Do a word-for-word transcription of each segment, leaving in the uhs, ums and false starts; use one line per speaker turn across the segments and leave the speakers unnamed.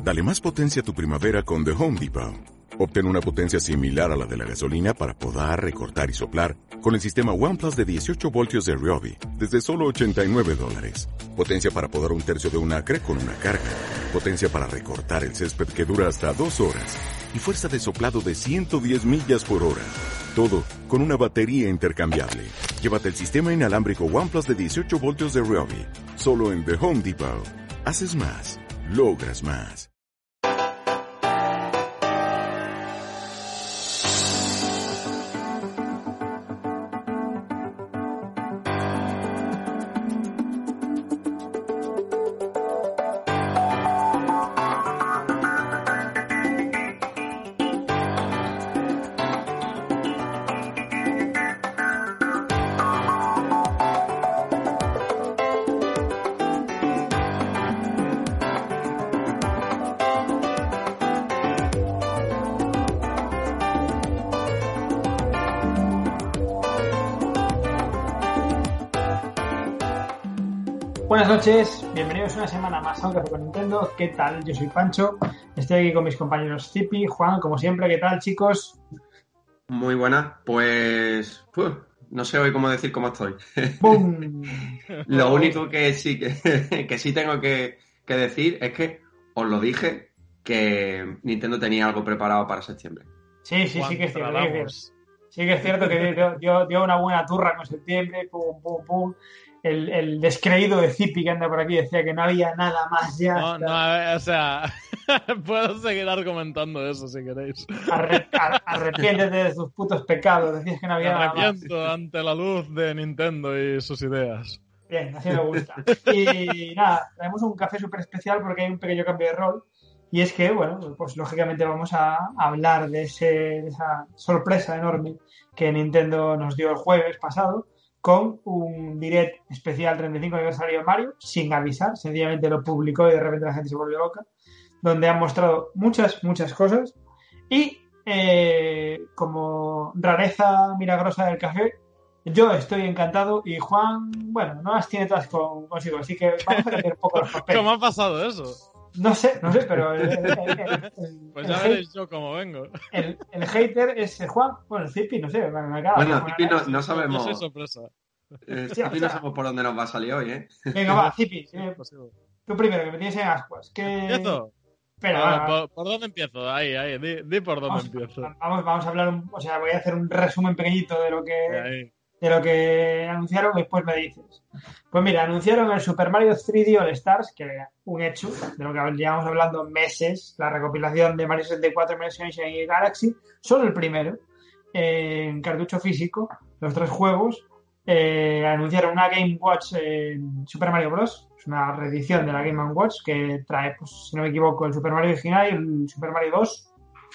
Dale más potencia a tu primavera con The Home Depot. Obtén una potencia similar a la de la gasolina para podar, recortar y soplar con el sistema OnePlus de dieciocho voltios de Ryobi desde solo ochenta y nueve dólares. Potencia para podar un tercio de un acre con una carga. Potencia para recortar el césped que dura hasta dos horas. Y fuerza de soplado de ciento diez millas por hora. Todo con una batería intercambiable. Llévate el sistema inalámbrico OnePlus de dieciocho voltios de Ryobi. Solo en The Home Depot. Haces más. Logras más.
Buenas noches, bienvenidos una semana más a Un Café con Nintendo. ¿Qué tal? Yo soy Pancho, estoy aquí con mis compañeros Zipi, Juan, como siempre. ¿Qué tal, chicos?
Muy buena, pues uf, no sé hoy cómo decir cómo estoy.
¡Bum!
Lo único que sí que, que sí tengo que, que decir es que os lo dije que Nintendo tenía algo preparado para septiembre.
Sí, sí, sí que es cierto. Sí que es cierto, sí que es cierto que dio, dio, dio una buena turra con septiembre, pum, pum, pum. El, el descreído de Zipi que anda por aquí decía que no había nada más ya.
No, no, a ver, o sea, puedo seguir argumentando eso si queréis.
Arre, ar, arrepiéntete de tus putos pecados, decías que no había
Me
nada más.
arrepiento ante la luz de Nintendo y sus ideas.
Bien, así me gusta. Y nada, traemos un café súper especial porque hay un pequeño cambio de rol. Y es que, bueno, pues lógicamente vamos a hablar de, ese, de esa sorpresa enorme que Nintendo nos dio el jueves pasado, con un direct especial treinta y cinco aniversario de Mario, sin avisar, sencillamente lo publicó y de repente la gente se volvió loca, donde han mostrado muchas, muchas cosas y eh, como rareza milagrosa del café, yo estoy encantado y Juan, bueno, no las tiene todas con, consigo, así que vamos a cambiar un poco los papeles.
¿Cómo ha pasado eso?
No sé, no sé, pero... El, el, el, el,
pues ya veréis yo cómo vengo.
El, el hater es Juan, bueno, el Zipi, no sé, me, me acaba.
Bueno, Zipi no, no sabemos...
Yo soy sorpresa.
Eh, sí, Zipi o sea, no sabemos por dónde nos va a salir hoy, ¿eh?
Venga, va, Zipi, eh, tú primero, que me tienes en ascuas. ¿Qué...
¿Empiezo?
Espera,
va,
va,
¿por, ¿Por dónde empiezo? Ahí, ahí, di, di por dónde
vamos,
empiezo.
Vamos, vamos a hablar, un, o sea, voy a hacer un resumen pequeñito de lo que...
Ahí.
de lo que anunciaron y después me dices. Pues mira, anunciaron el Super Mario tres D All Stars, que era un hecho, de lo que llevamos hablando meses, la recopilación de Mario sesenta y cuatro, Mario Sunshine y Galaxy, solo el primero, eh, en cartucho físico, los tres juegos. Eh, anunciaron una Game Watch eh, Super Mario Bros. Es una reedición de la Game and Watch que trae, pues, si no me equivoco, el Super Mario original y el Super Mario dos.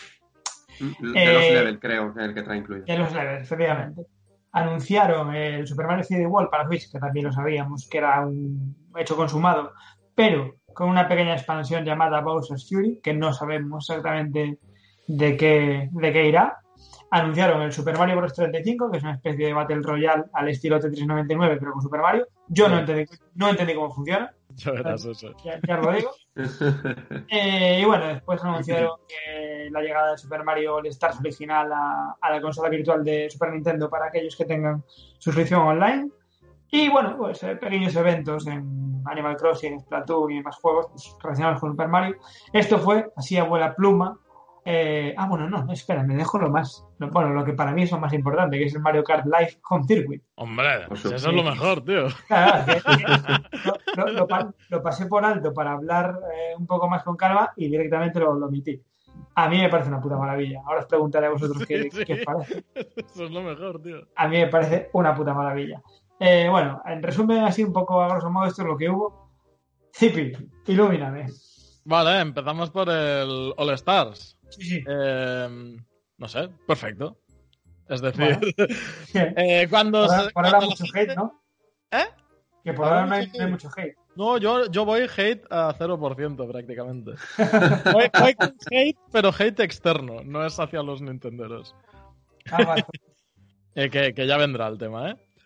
De eh, los Level, creo, que es el que trae incluido.
De los Level, efectivamente. Anunciaron el Super Mario tres D World para Switch, que también lo sabíamos, que era un hecho consumado, pero con una pequeña expansión llamada Bowser's Fury, que no sabemos exactamente de qué, de qué irá. Anunciaron el Super Mario Bros. treinta y cinco, que es una especie de Battle Royale al estilo Tetris noventa y nueve, pero con Super Mario. Yo no entendí, no entendí cómo funciona.
Ya verás eso.
Ya, ya lo digo. eh, y bueno, después anunciaron que la llegada de Super Mario All Stars original a, a la consola virtual de Super Nintendo para aquellos que tengan suscripción online. Y bueno, pues eh, pequeños eventos en Animal Crossing, Splatoon y más juegos pues, relacionados con Super Mario. Esto fue así a vuela pluma. Eh, ah, bueno, no, espera, me dejo lo más, lo, bueno, lo que para mí es lo más importante, que es el Mario Kart Live Home Circuit.
Hombre, pues eso sí. Es lo mejor, tío.
Claro, que, que, lo, lo, lo, lo pasé por alto para hablar eh, un poco más con calma y directamente lo, lo omití. A mí me parece una puta maravilla. Ahora os preguntaré a vosotros qué, sí, qué os parece.
Eso es lo mejor, tío.
A mí me parece una puta maravilla. Eh, bueno, en resumen, así un poco a grosso modo, esto es lo que hubo. Zipi, ilumíname.
Vale, empezamos por el All Stars.
Sí, sí.
Eh, no sé, perfecto. Es decir,
bueno,
eh, cuando...
Por,
se,
por ahora
cuando
mucho
gente...
hate, ¿no?
¿Eh?
Que por ahora no hay, no hay mucho hate.
No, yo, yo voy hate a cero por ciento prácticamente. voy, voy con hate, pero hate externo, no es hacia los nintenderos.
Ah, vale.
eh, que, que ya vendrá el tema, ¿eh?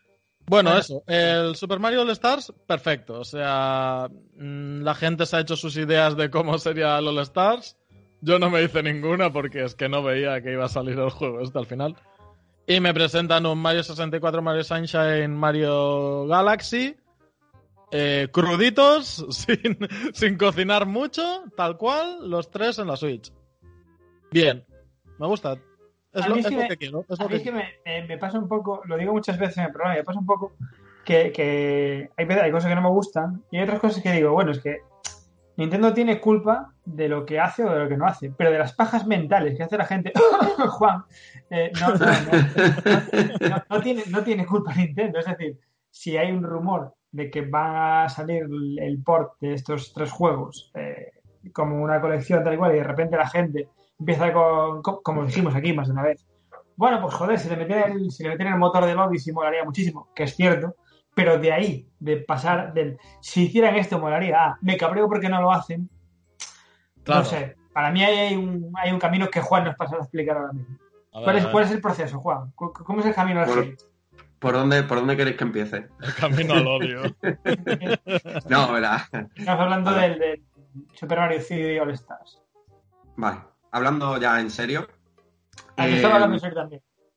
Bueno, eso, el Super Mario All Stars, perfecto. O sea, la gente se ha hecho sus ideas de cómo sería el All Stars. Yo no me hice ninguna porque es que no veía que iba a salir el juego este al final. Y me presentan un Mario sesenta y cuatro, Mario Sunshine, Mario Galaxy, eh, cruditos, sin, sin cocinar mucho, tal cual, los tres en la Switch. Bien, me gusta. Es, lo, es, es que, lo me, que quiero. Es
a
lo
mí
que
es que me, me, me pasa un poco, lo digo muchas veces en el programa, me pasa un poco que, que hay, hay cosas que no me gustan y hay otras cosas que digo, bueno, es que Nintendo tiene culpa de lo que hace o de lo que no hace, pero de las pajas mentales que hace la gente, Juan, eh, no, no, no, no, no, tiene, no tiene culpa Nintendo. Es decir, si hay un rumor de que va a salir el port de estos tres juegos eh, como una colección tal y cual y de repente la gente empieza con, con, como dijimos aquí más de una vez, bueno, pues joder, si le metiera el, si le metiera el motor del Odyssey molaría muchísimo, que es cierto, pero de ahí, de pasar del si hicieran esto molaría, ah, me cabreo porque no lo hacen, claro. No sé, para mí hay un, hay un camino que Juan nos pasa a explicar ahora mismo. Ver, ¿Cuál, es, ¿Cuál es el proceso, Juan? ¿Cómo es el camino al hate?
¿Por dónde, ¿Por dónde queréis que empiece?
El camino al odio.
No, ¿verdad?
Estamos hablando del, del Super Mario tres D All Stars.
Vale, hablando ya en serio.
Aquí eh... estaba hablando en serio también.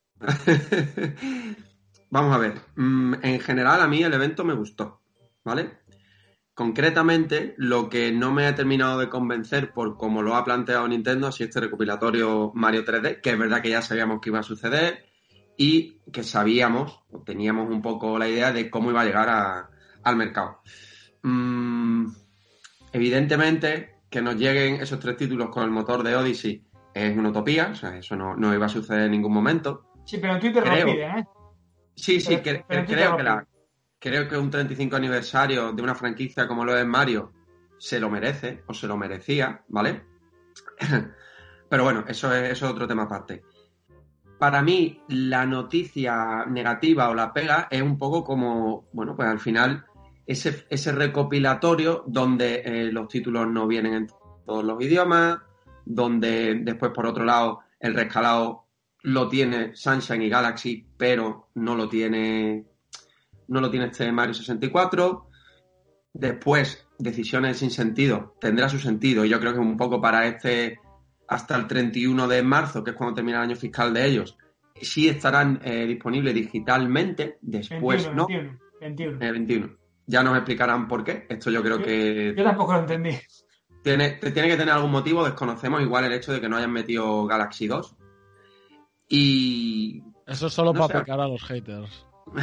Vamos a ver. En general, a mí el evento me gustó, ¿vale? Concretamente, lo que no me ha terminado de convencer por cómo lo ha planteado Nintendo, así este recopilatorio Mario tres D, que es verdad que ya sabíamos que iba a suceder y que sabíamos, o teníamos un poco la idea de cómo iba a llegar a, al mercado. Mm, evidentemente, que nos lleguen esos tres títulos con el motor de Odyssey es una utopía, o sea, eso no, no iba a suceder en ningún momento.
Sí, pero en Twitter
creo,
lo piden, ¿eh?
Sí, sí, pero, que, pero creo que la... Creo que un treinta y cinco aniversario de una franquicia como lo es Mario se lo merece, o se lo merecía, ¿vale? Pero bueno, eso es, eso es otro tema aparte. Para mí, la noticia negativa o la pega es un poco como, bueno, pues al final, ese, ese recopilatorio donde eh, los títulos no vienen en todos los idiomas, donde después, por otro lado, el rescalado lo tiene Sunshine y Galaxy, pero no lo tiene... no lo tiene este Mario sesenta y cuatro. Después, decisiones sin sentido. Tendrá su sentido. Y yo creo que un poco para este, hasta el treinta y uno de marzo, que es cuando termina el año fiscal de ellos, sí estarán eh, disponibles digitalmente. Después
veintiuno,
no.
veintiuno, veintiuno.
Eh, veintiuno. Ya nos explicarán por qué. Esto yo creo
yo,
que...
Yo tampoco lo entendí.
Tiene, tiene que tener algún motivo. Desconocemos igual el hecho de que no hayan metido Galaxy dos. Y...
Eso es solo
no
para
sé.
pecar a los haters.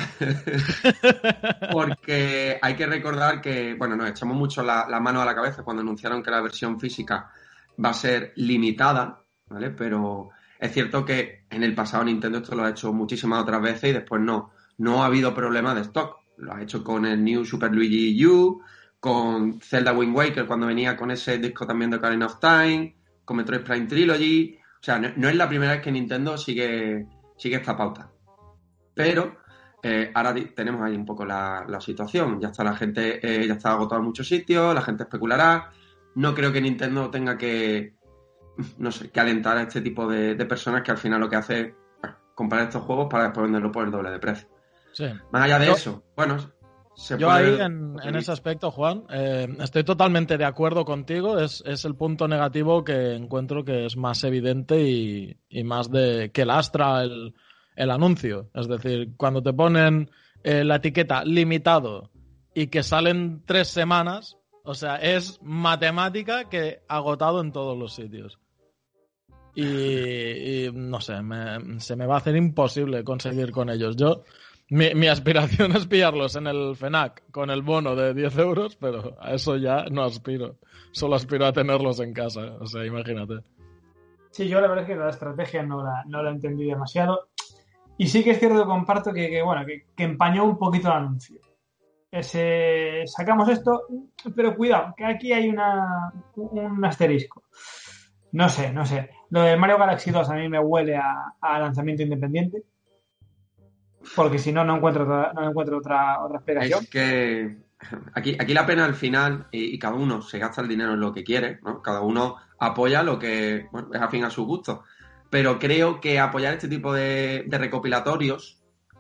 Porque hay que recordar que, bueno, nos echamos mucho la, la mano a la cabeza cuando anunciaron que la versión física va a ser limitada, ¿vale? Pero es cierto que en el pasado Nintendo esto lo ha hecho muchísimas otras veces y después no. No ha habido problema de stock. Lo ha hecho con el New Super Luigi U, con Zelda Wind Waker cuando venía con ese disco también de Ocarina of Time, con Metroid Prime Trilogy. O sea, no, no es la primera vez que Nintendo sigue, sigue esta pauta. Pero... Eh, ahora tenemos ahí un poco la, la situación. Ya está la gente, eh, ya está agotado en muchos sitios, la gente especulará. No creo que Nintendo tenga que, no sé, que alentar a este tipo de, de personas que al final lo que hace es bueno, comprar estos juegos para después venderlo por el doble de precio.
Sí.
Más allá de
yo,
eso, bueno, se
yo
puede...
ahí en, en ese aspecto, Juan, eh, estoy totalmente de acuerdo contigo. Es, es el punto negativo que encuentro que es más evidente y, y más de que lastra el el anuncio. Es decir, cuando te ponen eh, la etiqueta limitado y que salen tres semanas, o sea, es matemática que agotado en todos los sitios. Y, y no sé, me, se me va a hacer imposible conseguir con ellos. Yo, mi, mi aspiración es pillarlos en el FNAC con el bono de diez euros, pero a eso ya no aspiro. Solo aspiro a tenerlos en casa. O sea, imagínate.
Sí, yo la verdad es que la estrategia no la, no la entendí demasiado. Y sí que es cierto que comparto que, que bueno, que, que empañó un poquito el anuncio. Ese, sacamos esto, pero cuidado, que aquí hay una, un asterisco. No sé, no sé. Lo de Mario Galaxy dos a mí me huele a, a lanzamiento independiente. Porque si no, no encuentro otra, no encuentro otra, otra explicación.
Es que aquí, aquí la pena al final, y, y cada uno se gasta el dinero en lo que quiere, ¿no? Cada uno apoya lo que bueno, es afín a su gusto. Pero creo que apoyar este tipo de, de recopilatorios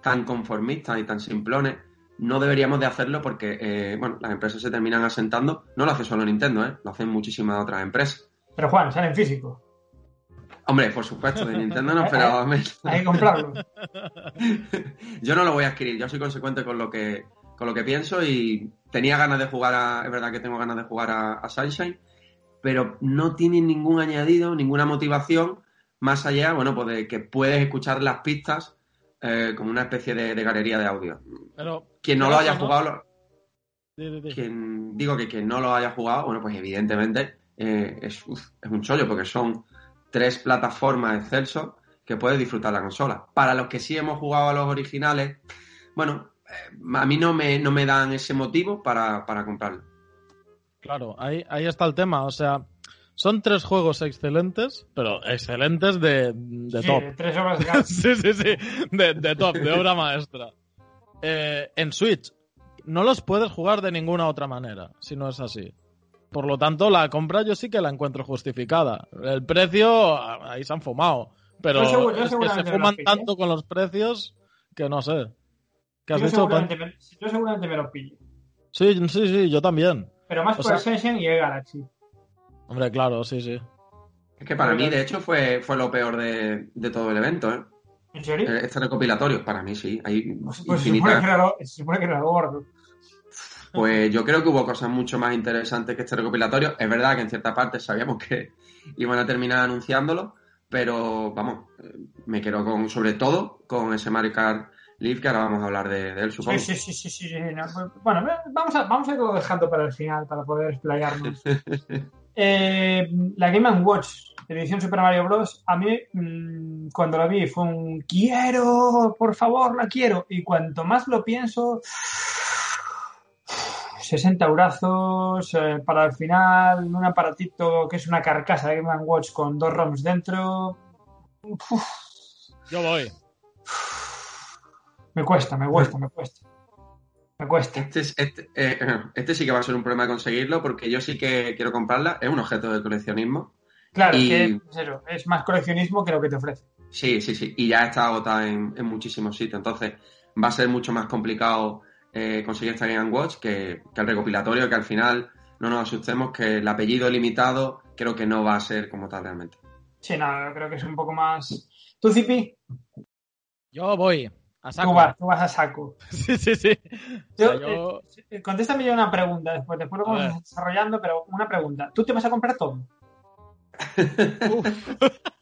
tan conformistas y tan simplones, no deberíamos de hacerlo porque, eh, bueno, las empresas se terminan asentando. No lo hace solo Nintendo, ¿eh? Lo hacen muchísimas otras empresas.
Pero Juan, sale en físico.
Hombre, por supuesto, de Nintendo no esperaba menos.
Hay que comprarlo.
Yo no lo voy a adquirir, yo soy consecuente con lo que con lo que pienso y tenía ganas de jugar a... Es verdad que tengo ganas de jugar a, a Sunshine, pero no tiene ningún añadido, ninguna motivación, más allá, bueno, pues de que puedes escuchar las pistas eh, como una especie de, de galería de audio.
Pero,
quien no
pero
lo haya
no.
jugado... Lo...
Sí, sí, sí.
Quien, digo que quien no lo haya jugado, bueno, pues evidentemente eh, es, uf, es un chollo, porque son tres plataformas excelsos que puedes disfrutar la consola. Para los que sí hemos jugado a los originales, bueno, eh, a mí no me, no me dan ese motivo para, para comprarlo.
Claro, ahí, ahí está el tema. O sea, son tres juegos excelentes, pero excelentes de, de
Sí,
top.
tres obras de arte.
Sí, sí, sí, de, de top, de obra maestra. Eh, en Switch, no los puedes jugar de ninguna otra manera, si no es así. Por lo tanto, la compra yo sí que la encuentro justificada. El precio, ahí se han fumado. Pero
Yo seguro- yo
es que se
seguramente me
fuman
lo pille.
tanto con los precios que no sé. ¿Qué has
Yo
dicho,
seguramente,
Pan?
me, yo seguramente me lo pillo.
Sí, sí, sí, yo también.
Pero más
O
por el
sea-
Sunshine y el Galaxy.
Hombre, claro, sí, sí.
Es que para
Porque-
mí, de hecho, fue, fue lo peor de, de todo el evento, ¿eh?
¿En serio?
Este recopilatorio, para mí sí. Hay
Pues, pues se, supone
infinitas...
que era lo, se supone que era lo gordo.
Pues yo creo que hubo cosas mucho más interesantes que este recopilatorio. Es verdad que en cierta parte sabíamos que iban a terminar anunciándolo, pero vamos, eh, me quedo con, sobre todo con ese Mario Kart Live, que ahora vamos a hablar de, de él, supongo.
Sí, sí, sí, sí, sí, sí, no, pues, bueno, vamos a, vamos a irlo dejando para el final, para poder explayarnos. eh, la Game and Watch, edición Super Mario Bros. A mí, mmm, cuando la vi, fue un quiero, por favor, la quiero. Y cuanto más lo pienso, sesenta eurazos eh, para el final, un aparatito que es una carcasa de Game and Watch con dos ROMs dentro. Uf,
Yo voy.
me cuesta, me cuesta, me cuesta. Me cuesta.
Este, es- este, eh, este sí que va a ser un problema conseguirlo, porque yo sí que quiero comprarla. Es un objeto de coleccionismo.
Claro,
Y-
es que es, eso, es más coleccionismo que lo que te ofrece.
Sí, sí, sí. Y ya está agotada en, en muchísimos sitios. Entonces va a ser mucho más complicado eh, conseguir esta Game and Watch que, que el recopilatorio, que al final no nos asustemos que el apellido limitado creo que no va a ser como tal realmente.
Sí, no, creo que es un poco más... ¿Tú, Zipi?
Yo voy. A
Tú
saco.
vas, tú vas a saco.
Sí, sí, sí. O
Yo,
sea, yo-
eh, contéstame yo una pregunta después, después lo
A
vamos
ver.
desarrollando, pero una pregunta. ¿Tú te vas a comprar todo?
Uf.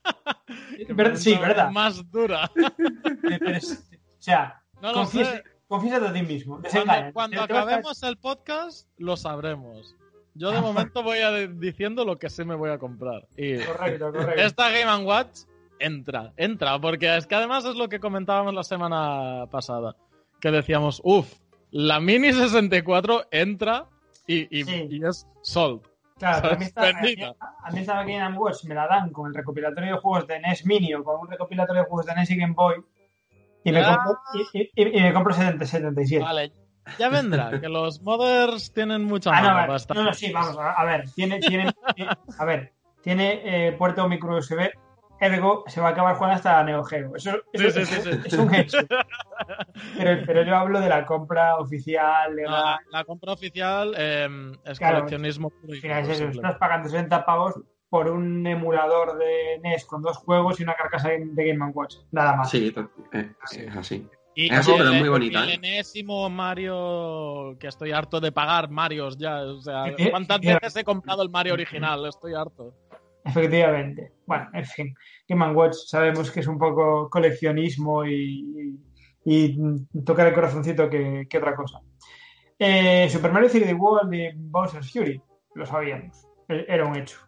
Qué
Ver- sí,
pregunta
¿verdad?
Más dura.
Eh, pero es- o sea,
No lo
confiesa-
sé.
confiésate a ti mismo.
Cuando,
Desengáñate.
cuando
Te- te vas a-
acabemos el podcast, lo sabremos. Yo de momento voy a de- diciendo lo que sí me voy a comprar. Y
Correcto, correcto.
esta Game and Watch entra, entra, porque es que además es lo que comentábamos la semana pasada. Que decíamos, uff, la Mini sesenta y cuatro entra y, y,
Sí.
y es sold.
Claro, pero a mí, esta, a,
Bendita.
a mí esta Game and Watch me la dan con el recopilatorio de juegos de N E S Mini o con un recopilatorio de juegos de N E S y Game Boy y me
Ah.
compro, y, y- y- y me compro setenta, setenta y siete.
Vale, ya vendrá, que los modders tienen mucha
Ah, no,
mano
a ver,
para estar-
no, no, sí, vamos, a, a ver, tiene, tiene, tiene- a ver, tiene eh, puerto micro U S B, ergo se va a acabar jugando hasta Neo Geo. Eso, eso
Sí, sí,
es,
sí, sí.
es un hecho. Pero, pero yo hablo de la compra oficial,
No,
legal.
la, la compra oficial eh, es
Claro,
coleccionismo puro y
Al final es
duro,
eso,
simple.
estás pagando sesenta pavos por un emulador de N E S con dos juegos y una carcasa de Game and Watch. Nada más.
Sí, eh, es así.
Y,
Es así,
y
pero
el,
es muy bonita,
y el
¿eh?
Eh,
enésimo Mario que estoy harto de pagar Marios ya. O sea,
Eh,
¿cuántas
eh,
veces he comprado el Mario original? Estoy harto.
Efectivamente. Bueno, en fin. Game and Watch sabemos que es un poco coleccionismo y, y, y tocar el corazoncito que, que otra cosa. Eh, Super Mario tres D World y Bowser's Fury. Lo sabíamos. E- Era un hecho.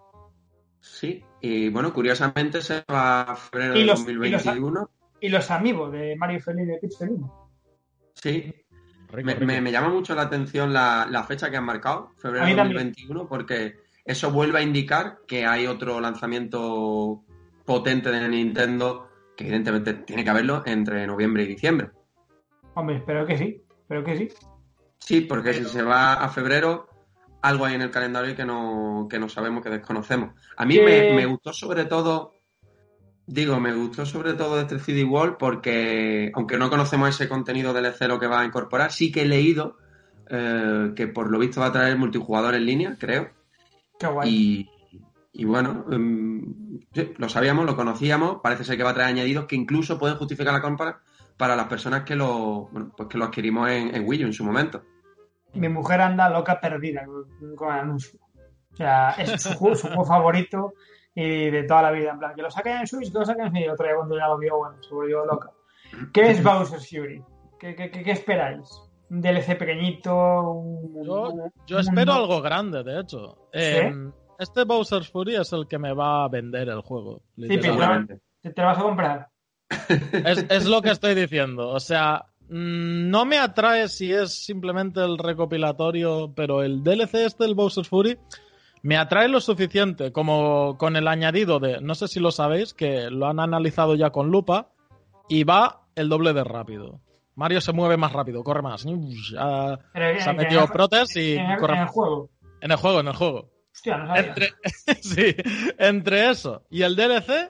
Sí, y bueno, curiosamente se va a febrero
Y
de
los-
dos mil veintiuno.
Y los amigos de Mario Feliz y de Peach Felino.
Sí,
Rico,
me,
rico.
me- me llama mucho la atención la, la fecha que han marcado, febrero
A mí
de
también.
dos mil veintiuno, porque eso vuelve a indicar que hay otro lanzamiento potente de Nintendo, que evidentemente tiene que haberlo entre noviembre y diciembre.
Hombre, espero que sí. Espero que sí.
Sí, porque si se va a febrero, algo hay en el calendario que no, que no sabemos, que desconocemos. A mí
Que-
me, me gustó sobre todo Digo, me gustó sobre todo este tres D World porque, aunque no conocemos ese contenido D L C lo que va a incorporar, sí que he leído eh, que por lo visto va a traer multijugador en línea, creo.
Qué guay.
Y, y bueno, um, sí, lo sabíamos, lo conocíamos, parece ser que va a traer añadidos que incluso pueden justificar la compra para las personas que lo, bueno, pues que lo adquirimos en, en Wii U en su momento.
Mi mujer anda loca perdida con, con el anuncio. O sea, es su juego, su juego favorito y de toda la vida. En plan, que lo saquen en Switch, que lo saquen en Switch. Y otro día cuando ya lo vio, bueno, se volvió loca. ¿Qué es Bowser's Fury? ¿Qué, qué, qué, qué esperáis? ¿Un D L C pequeñito? Un,
Yo,
un,
yo espero
un...
algo grande, de hecho.
¿Sí?
Eh, este Bowser's Fury es el que me va a vender el juego.
Sí, pero te, te lo vas a comprar.
Es, es lo que estoy diciendo. O sea, mmm, no me atrae si es simplemente el recopilatorio, pero el D L C este, el Bowser's Fury, me atrae lo suficiente como con el añadido de, no sé si lo sabéis, que lo han analizado ya con lupa y va el doble de rápido. Mario se mueve más rápido, corre más. Ya
Pero,
se ha metido protes y
en el,
corre
en el juego.
En el juego, en el juego.
Hostia, no sabía.
Entre, sí, entre eso y el D L C,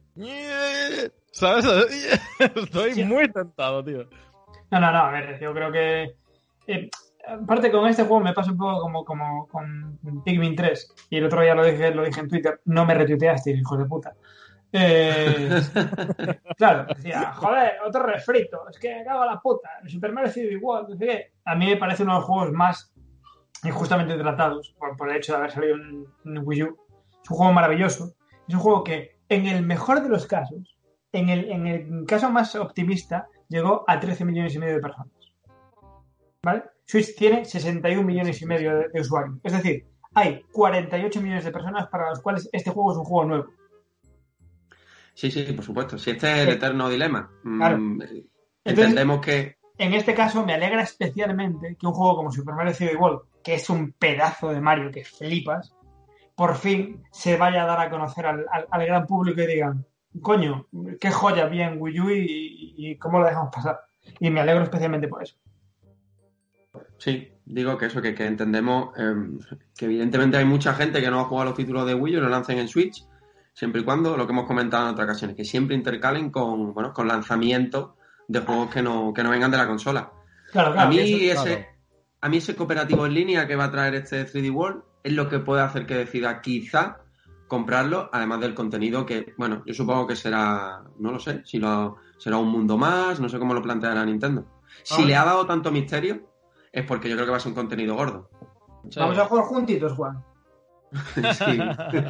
¿sabes? Estoy sí. muy tentado, tío.
No, no, no, a ver, yo creo que... Eh, aparte con este juego me pasa un poco como, como con Pikmin tres, y el otro día lo dije, lo dije en Twitter, no me retuiteaste, hijos de puta. Eh, claro, decía, joder, otro refrito, es que me cago en la puta, el Super Mario sido igual, no sé qué. A mí me parece uno de los juegos más injustamente tratados por, por el hecho de haber salido en, en Wii U. Es un juego maravilloso, es un juego que en el mejor de los casos, en el, en el caso más optimista, llegó a trece millones y medio de personas. ¿Vale? Switch tiene sesenta y un millones y medio de, de usuarios. Es decir, hay cuarenta y ocho millones de personas para las cuales este juego es un juego nuevo.
Sí, sí, por supuesto. Si este es el sí. eterno dilema.
Claro.
Mm,
Entonces,
entendemos que...
En este caso me alegra especialmente que un juego como Super Mario tres D World, que es un pedazo de Mario que flipas, por fin se vaya a dar a conocer al, al, al gran público y digan, coño, qué joya bien Wii U y, y, y cómo lo dejamos pasar. Y me alegro especialmente por eso.
Sí, digo que eso, que, que entendemos eh, que evidentemente hay mucha gente que no ha jugado los títulos de Wii U y lo lancen en Switch, siempre y cuando, lo que hemos comentado en otras ocasiones, que siempre intercalen con, bueno, con lanzamientos de juegos que no, que no vengan de la consola.
Claro, claro,
a, mí
eso,
ese,
claro.
a mí ese cooperativo en línea que va a traer este tres D World es lo que puede hacer que decida quizá comprarlo, además del contenido que, bueno, yo supongo que será, no lo sé, si lo, será un mundo más, no sé cómo lo planteará Nintendo. Si ah, le ha dado tanto misterio, es porque yo creo que va a ser un contenido gordo.
Sí. Vamos a jugar juntitos, Juan.
Sí.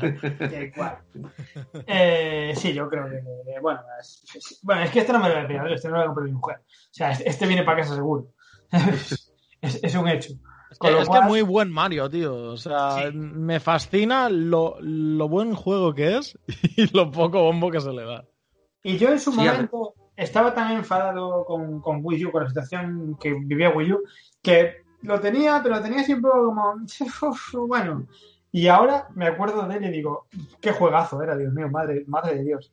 eh, sí, yo creo que, bueno, es, es, bueno, es que este no me lo voy a pillar, este no lo voy a comprar mi mujer. O sea, este, este viene para casa seguro. es, es un hecho.
Es que, es cual... que muy buen Mario, tío. O sea, sí. me fascina lo, lo buen juego que es y lo poco bombo que se le da.
Y yo en su sí, momento estaba tan enfadado con, con Wii U, con la situación que vivía Wii U, que lo tenía, pero lo tenía siempre como, bueno. Y ahora me acuerdo de él y digo, qué juegazo era, Dios mío, madre, madre de Dios.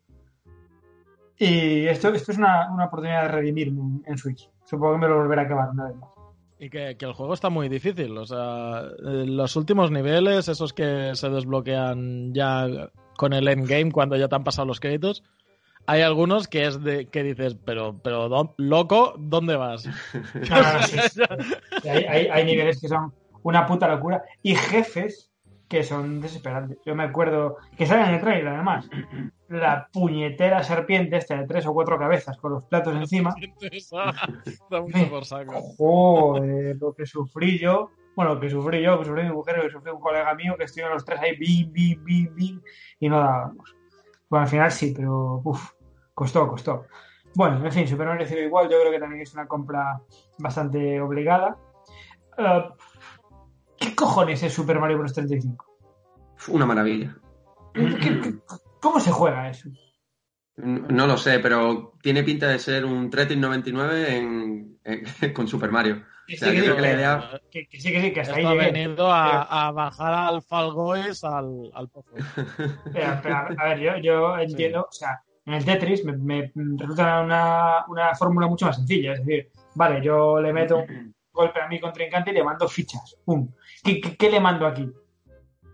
Y esto, esto es una, una oportunidad de redimirme en, en Switch. Supongo que me lo volverá a acabar una vez más.
Y que, que el juego está muy difícil. O sea, los últimos niveles, esos que se desbloquean ya con el endgame cuando ya te han pasado los créditos, hay algunos que es de que dices, pero, pero don, loco, ¿dónde vas?
No, no, no, sí, sí. Hay, hay, hay niveles que son una puta locura. Y jefes que son desesperantes. Yo me acuerdo que sale en el trailer, además, la puñetera serpiente esta de tres o cuatro cabezas con los platos encima.
Da mucho por saco.
Joder, lo que sufrí yo. Bueno, lo que sufrí yo, lo que sufrí mi mujer, lo que sufrí un colega mío, que estuvieron los tres ahí, bim, bim, bim, bim, y no dábamos. Bueno, al final sí, pero uff, costó, costó. Bueno, en fin, Super Mario recibe igual, yo creo que también es una compra bastante obligada. Uh, ¿Qué cojones es Super Mario Bros. treinta y cinco?
Una maravilla.
¿Qué, qué, ¿Cómo se juega eso?
No lo sé, pero tiene pinta de ser un Tetris noventa y nueve en, en, con Super Mario.
Que, o sea, sí, que, creo que, que la idea... que, que sí, que sí, que hasta
Esto
ahí
ha venido a, a bajar al Fall Guys al, al pozo.
Pero, pero, a ver, yo, yo entiendo, sí. O sea, en el Tetris me, me resulta una, una fórmula mucho más sencilla. Es decir, vale, yo le meto un golpe a mi contrincante y le mando fichas. ¡Pum! ¿Qué, qué, qué le mando aquí?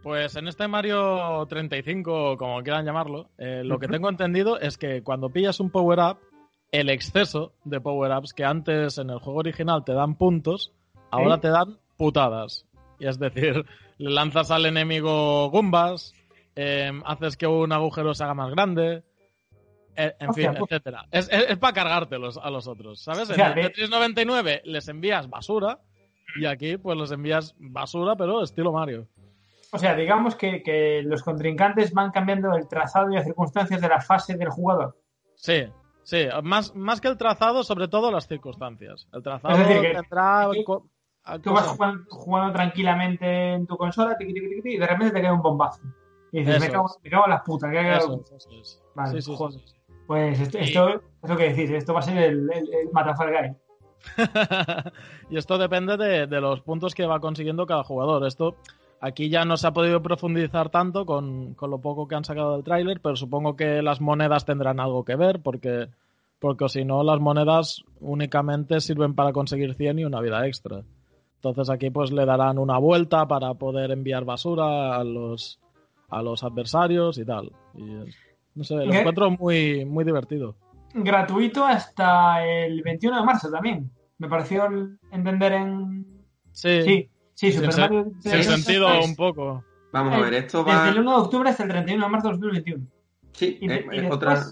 Pues en este Mario treinta y cinco, como quieran llamarlo, eh, lo que tengo entendido es que cuando pillas un power-up, el exceso de power-ups que antes en el juego original te dan puntos, ahora
¿Eh?
te dan putadas. Y es decir, le lanzas al enemigo gumbas, eh, haces que un agujero se haga más grande, eh, en
Hostia,
fin,
pues.
etcétera. Es, es, es para cargártelos a los otros, ¿sabes?
O sea,
En el
de-
Tetris noventa y nueve les envías basura y aquí pues les envías basura, pero estilo Mario.
O sea, digamos que, que los contrincantes van cambiando el trazado y las circunstancias de la fase del jugador.
Sí, sí, más, más que el trazado, sobre todo las circunstancias. El trazado
Es decir, que
tendrá...
tú-
co- a
Tú vas
cosas-
jugando, jugando tranquilamente en tu consola tiqui, tiqui, tiqui, y de repente te cae un bombazo. Y dices, me
Eso
cago,
es.
me cago en las putas. ¿Qué ha
Eso
quedado?
es, eso es.
Vale,
Sí, sí, sí,
joder.
sí.
Pues esto,
Y-
esto es lo que decís, esto va a ser el, el, el Matafar Guy.
Y esto depende de, de los puntos que va consiguiendo cada jugador. Esto aquí ya no se ha podido profundizar tanto con, con lo poco que han sacado del tráiler, pero supongo que las monedas tendrán algo que ver, porque, porque si no, las monedas únicamente sirven para conseguir cien y una vida extra. Entonces aquí pues le darán una vuelta para poder enviar basura a los, a los adversarios y tal. Y, no sé, lo
¿Qué?
encuentro muy, muy divertido.
Gratuito hasta el veintiuno de marzo también. Me pareció entender en...
Sí,
Sí, sí,
sin,
Super
se-
Mario...
sin
tres
sentido
es-
un poco.
Vamos a ver, esto
Desde
va...
el uno de octubre hasta el treinta y uno de marzo de dos mil veintiuno.
Sí,
Y, de-
es,
y
es
después...
otra...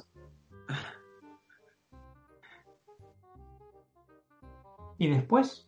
¿Y después?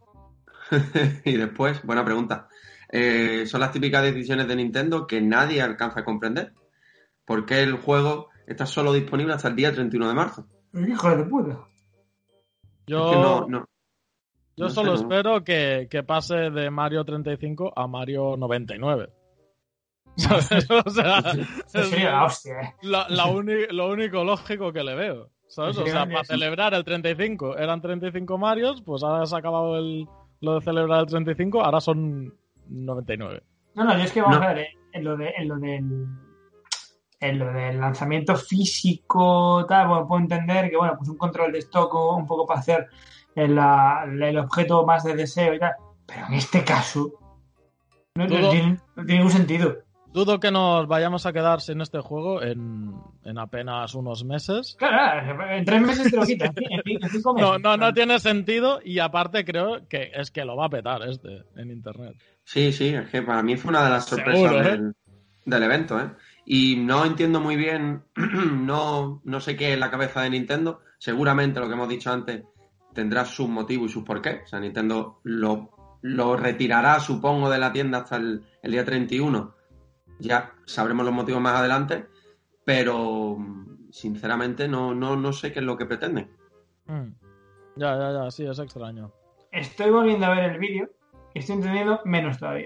Y después, buena pregunta. Eh, son las típicas decisiones de Nintendo que nadie alcanza a comprender. ¿Por qué el juego está solo disponible hasta el día treinta y uno de marzo?
Hijo de puta.
Yo,
Es que no, no,
yo
no sé,
solo
no.
espero que, que pase de Mario treinta y cinco a Mario noventa y nueve. ¿Sabes? O sea,
Eso
es
sería la hostia, eh.
la- la uni- lo único lógico que le veo. ¿Sabes? O sea, para celebrar el treinta y cinco eran treinta y cinco Marios, pues ahora se ha acabado el, lo de celebrar el treinta y cinco, ahora son noventa y nueve.
No, no, yo es que vamos
No.
a ver, eh, en lo, de, en lo del en lo del lanzamiento físico, tal, bueno, puedo entender que, bueno, pues un control de stock o un poco para hacer el, la- el objeto más de deseo y tal, pero en este caso no, no
Dudo-
tiene, no tiene ningún sentido.
Dudo que nos vayamos a quedar sin este juego en, en apenas unos meses.
Claro, en tres meses te lo quitas, en, en- en cinco meses.
No, no, no tiene sentido y aparte creo que es que lo va a petar este en internet.
Sí, sí, es que para mí fue una de las sorpresas
Seguro, ¿eh?
del, del evento, ¿eh? Y no entiendo muy bien, no, no sé qué es la cabeza de Nintendo. Seguramente lo que hemos dicho antes tendrá sus motivos y sus porqués. O sea, Nintendo lo, lo retirará, supongo, de la tienda hasta el, el día treinta y uno. Ya sabremos los motivos más adelante, pero sinceramente no, no, no sé qué es lo que pretenden.
Mm. Ya, ya, ya, sí, es extraño.
Estoy volviendo a ver el vídeo y estoy entendiendo menos todavía.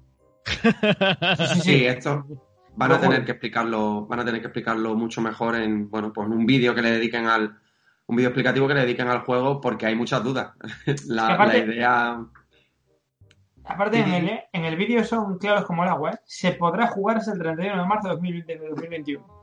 Sí,
Sí, esto van
Lo
a tener
juro.
que explicarlo, van a tener que explicarlo mucho mejor en, bueno, pues en un vídeo que le dediquen al, un vídeo explicativo que le dediquen al juego, porque hay muchas dudas. La,
Es que aparte-
la idea,
Aparte,
Sí,
en
sí,
el,
sí.
en el vídeo son claros como el agua, ¿eh? Se podrá jugar hasta el treinta y uno de marzo de dos mil veinte de dos mil veintiuno.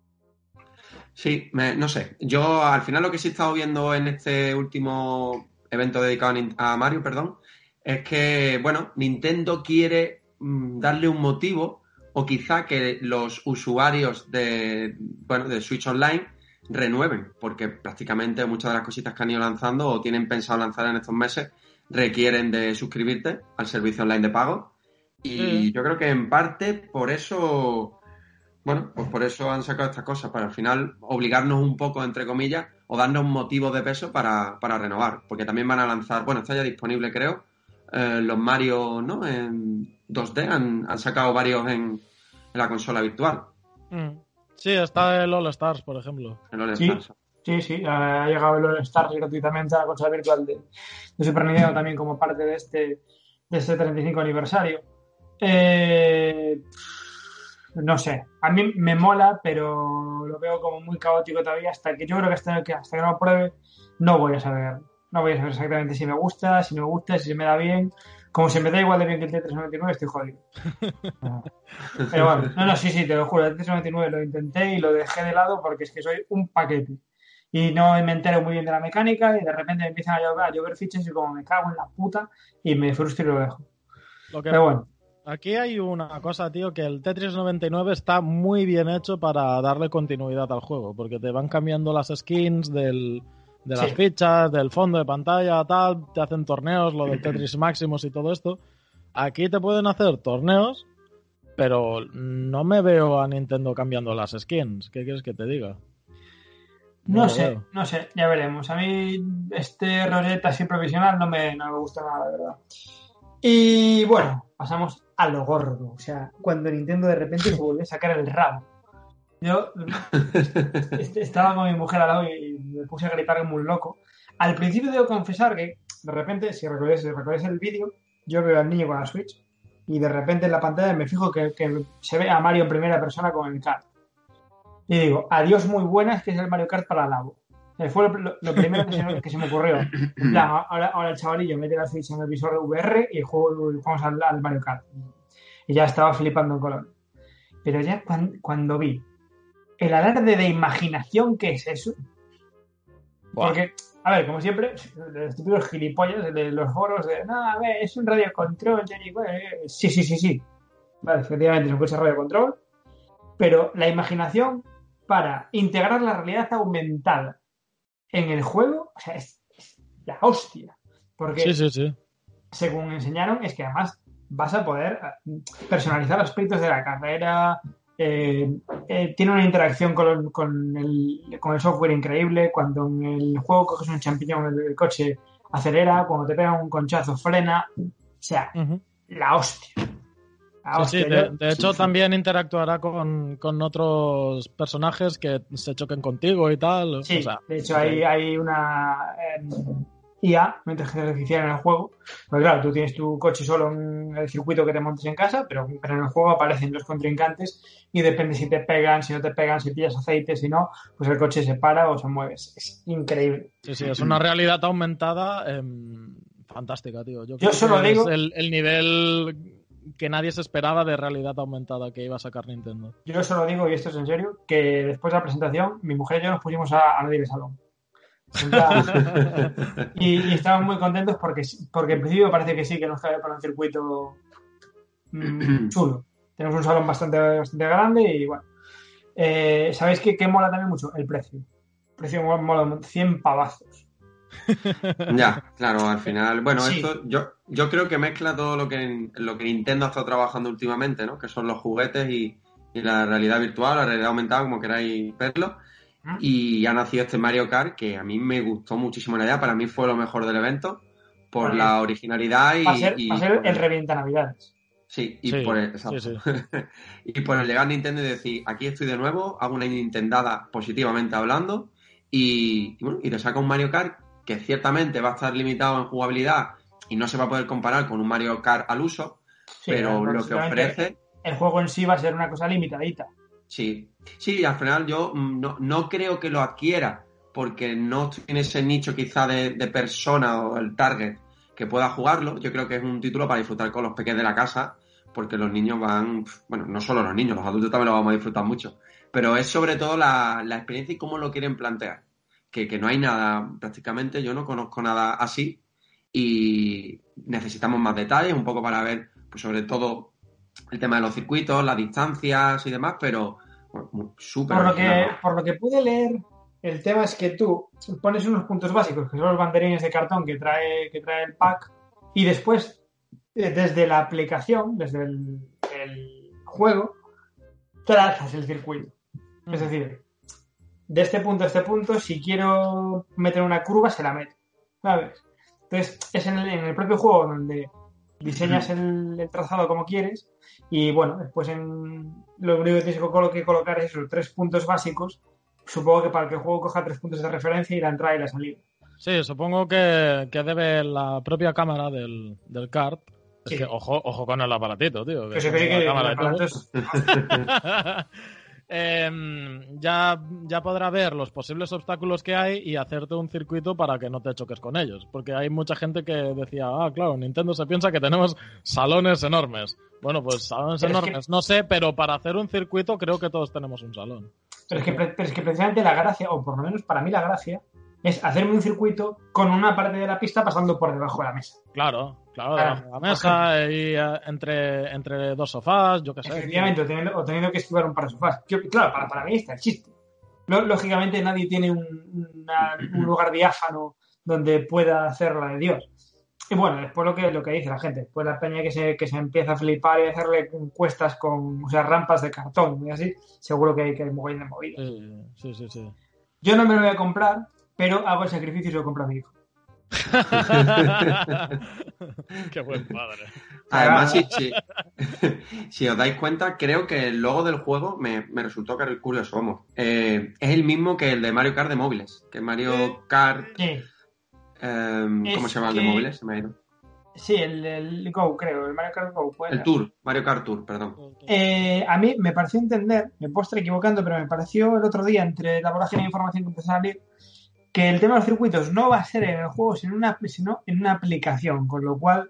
sí, me- no sé. Yo al final lo que sí he estado viendo en este último evento dedicado a, Nin- a Mario, perdón, es que, bueno, Nintendo quiere mm, darle un motivo, o quizá que los usuarios de, bueno, de Switch Online renueven, porque prácticamente muchas de las cositas que han ido lanzando o tienen pensado lanzar en estos meses requieren de suscribirte al servicio online de pago. Y
Sí.
yo creo que en parte por eso, bueno, pues por eso han sacado estas cosas, para al final obligarnos un poco, entre comillas, o darnos motivos de peso para, para renovar, porque también van a lanzar, bueno, está ya disponible creo, eh, los Mario, ¿no? En dos D han, han sacado varios en, en la consola virtual.
Mm. Sí, está el All Stars, por ejemplo.
En All
Sí.
Stars.
Sí, sí, ha llegado el All Stars gratuitamente a la consola virtual de, de Super Nintendo también como parte de este, de este treinta y cinco aniversario. Eh, no sé, a mí me mola, pero lo veo como muy caótico todavía hasta que yo creo que hasta que, hasta que no lo pruebe no voy a saber, no voy a saber exactamente si me gusta, si no me gusta, si se me da bien. Como se me da igual de bien que el Tetris noventa y nueve, estoy jodido. Pero bueno, no, no, sí, sí, te lo juro, el Tetris noventa y nueve lo intenté y lo dejé de lado porque es que soy un paquete. Y no me entero muy bien de la mecánica y de repente me empiezan a llover, a llover fichas y como me cago en la puta y me frustro y lo dejo.
Lo que,
Pero bueno,
aquí hay una cosa, tío, que el Tetris noventa y nueve está muy bien hecho para darle continuidad al juego, porque te van cambiando las skins del, de las
Sí.
fichas, del fondo de pantalla, tal, te hacen torneos, lo del Tetris Maximus y todo esto. Aquí te pueden hacer torneos, pero no me veo a Nintendo cambiando las skins. ¿Qué quieres que te diga?
No
lo
sé,
veo.
no sé, ya veremos. A mí este roleta así provisional no me, no me gusta nada, de verdad. Y bueno, pasamos a lo gordo. O sea, cuando Nintendo de repente se volvió a sacar el rabo. Yo est- estaba con mi mujer al lado y me puse a gritar como un loco. Al principio debo confesar que de repente, si recordáis, si recordáis el vídeo, yo veo al niño con la Switch y de repente en la pantalla me fijo que, que se ve a Mario en primera persona con el kart. Y digo, adiós muy buenas, que es el Mario Kart para Labo. Eh, fue lo, lo- lo primero que se, me, que se me ocurrió. En plan, ahora, ahora el chavalillo mete la Switch en el visor de V R y juego, jugamos al, al Mario Kart. Y ya estaba flipando en color. Pero ya cuan- cuando vi el alarde de imaginación que es eso.
Buah.
Porque, a ver, como siempre, los típicos gilipollas de los foros de, no, a ver, es un radio control. Yo digo, eh, sí, sí, sí, sí. Vale, efectivamente es un coche radio control. Pero la imaginación para integrar la realidad aumentada en el juego, o sea, es, es la hostia. Porque,
Sí, sí, sí.
según enseñaron, es que además vas a poder personalizar aspectos de la carrera. Eh, eh, tiene una interacción con, con, el, con el software increíble. Cuando en el juego coges un champiñón, el, el coche acelera. Cuando te pega un conchazo, frena. O sea,
Uh-huh.
la hostia. La
Sí,
hostia.
sí, de,
Yo-
de hecho también interactuará con, con otros personajes que se choquen contigo y tal.
Sí,
o sea,
de hecho hay, hay una eh, I A, una inteligencia artificial en el juego. Porque claro, tú tienes tu coche solo en el circuito que te montes en casa, pero, pero en el juego aparecen los contrincantes y depende si te pegan, si no te pegan, si pillas aceite, si no, pues el coche se para o se mueve. Es, es increíble.
sí, sí, es una realidad aumentada eh, fantástica, tío. Yo,
Yo
creo
solo
que
digo-
es el, el nivel que nadie se esperaba de realidad aumentada que iba a sacar Nintendo.
Yo solo digo, y esto es en serio, que después de la presentación, mi mujer y yo nos pusimos a, a medir el salón. En plan, y, y estábamos muy contentos porque, porque en principio parece que sí, que nos cabe para un circuito mm, chulo. Tenemos un salón bastante, bastante grande y bueno. Eh, ¿Sabéis qué, qué mola también mucho? El precio. El precio mola, mola cien pavazos.
Ya, claro, al final, bueno,
Sí.
esto yo, yo creo que mezcla todo lo que, lo que Nintendo ha estado trabajando últimamente, ¿no? Que son los juguetes y, y la realidad virtual, la realidad aumentada, como queráis verlo.
¿Mm?
Y ha nacido este Mario Kart, que a mí me gustó muchísimo la idea, para mí fue lo mejor del evento, por
Vale.
la originalidad y...
Va a ser,
y
va a ser
por
el revienta navidades.
Sí, y
Sí,
por el,
sí,
exacto.
sí.
Y por el llegar a Nintendo y decir, aquí estoy de nuevo, hago una Nintendada positivamente hablando, y, y bueno, y te saca un Mario Kart que ciertamente va a estar limitado en jugabilidad y no se va a poder comparar con un Mario Kart al uso,
Sí,
pero
bueno,
lo que
posiblemente
ofrece,
el juego en sí va a ser una cosa limitadita.
sí. Sí, al final yo mm, no, no creo que lo adquiera, porque no tiene ese nicho quizá de, de persona o el target que pueda jugarlo. Yo creo que es un título para disfrutar con los pequeños de la casa, porque los niños van, bueno, no solo los niños, los adultos también lo vamos a disfrutar mucho, pero es sobre todo la, la experiencia y cómo lo quieren plantear, que, que no hay nada, prácticamente yo no conozco nada así y necesitamos más detalles, un poco para ver, pues sobre todo el tema de los circuitos, las distancias y demás, pero bueno, muy- súper
Por lo, que,
original, ¿no?
por lo que pude leer, el tema es que tú pones unos puntos básicos, que son los banderines de cartón que trae, que trae el pack, y después, eh, desde la aplicación, desde el, el juego, trazas el circuito. Es decir, de este punto a este punto, si quiero meter una curva, se la meto. ¿Sabes? Entonces, es en el, en el propio juego donde diseñas el, el trazado como quieres y, bueno, después en lo único que tienes que, colo- que colocar es esos tres puntos básicos. Supongo que para que el juego coja tres puntos de referencia y la entrada y la salida.
Sí, supongo que, que debe la propia cámara del, del kart.
Sí.
Es que ojo, ojo con el aparatito, tío.
Que se
como
ve
la
que
cámara
el
y todo.
aparato es-
Em, ya, ya podrá ver los posibles obstáculos que hay y hacerte un circuito para que no te choques con ellos. Porque hay mucha gente que decía, ah, claro, Nintendo se piensa que tenemos salones enormes. Bueno, pues salones
Pero es
enormes, no sé, pero para hacer un circuito creo que todos tenemos un salón.
Pero es, que, pre- pero es que precisamente la gracia, o por lo menos para mí la gracia, es hacerme un circuito con una parte de la pista pasando por debajo de la mesa.
Claro, claro, debajo de la mesa y uh, entre, entre dos sofás, yo qué sé.
Efectivamente, o teniendo, o teniendo que esquivar un par de sofás. Yo, claro, para, para mí está el chiste. Lógicamente nadie tiene un, una, un lugar diáfano donde pueda hacer la de Dios. Y bueno, después lo que, lo que dice la gente, pues la peña que se, que se empieza a flipar y a hacerle cuestas con, o sea, rampas de cartón y así, seguro que hay, que hay mogollón de movidas.
Sí, sí, sí, sí.
Yo no me lo voy a comprar, pero hago el sacrificio y se lo compro a mi hijo.
Qué buen padre.
Además, si, si, si os dais cuenta, creo que el logo del juego me, me resultó curioso. Vamos. Eh, es el mismo que el de Mario Kart de móviles. Que Mario Kart.
Sí.
Eh, ¿Cómo se llama el de
que...
móviles? Se me ha ido.
Sí, el, el Go, creo. El Mario Kart Go.
El Tour. Mario Kart Tour, perdón.
Eh, a mí me pareció entender, me puedo estar equivocando, pero me pareció el otro día, entre la vorágine de información que empezó a salir, que el tema de los circuitos no va a ser en el juego, sino, una, sino en una aplicación, con lo cual,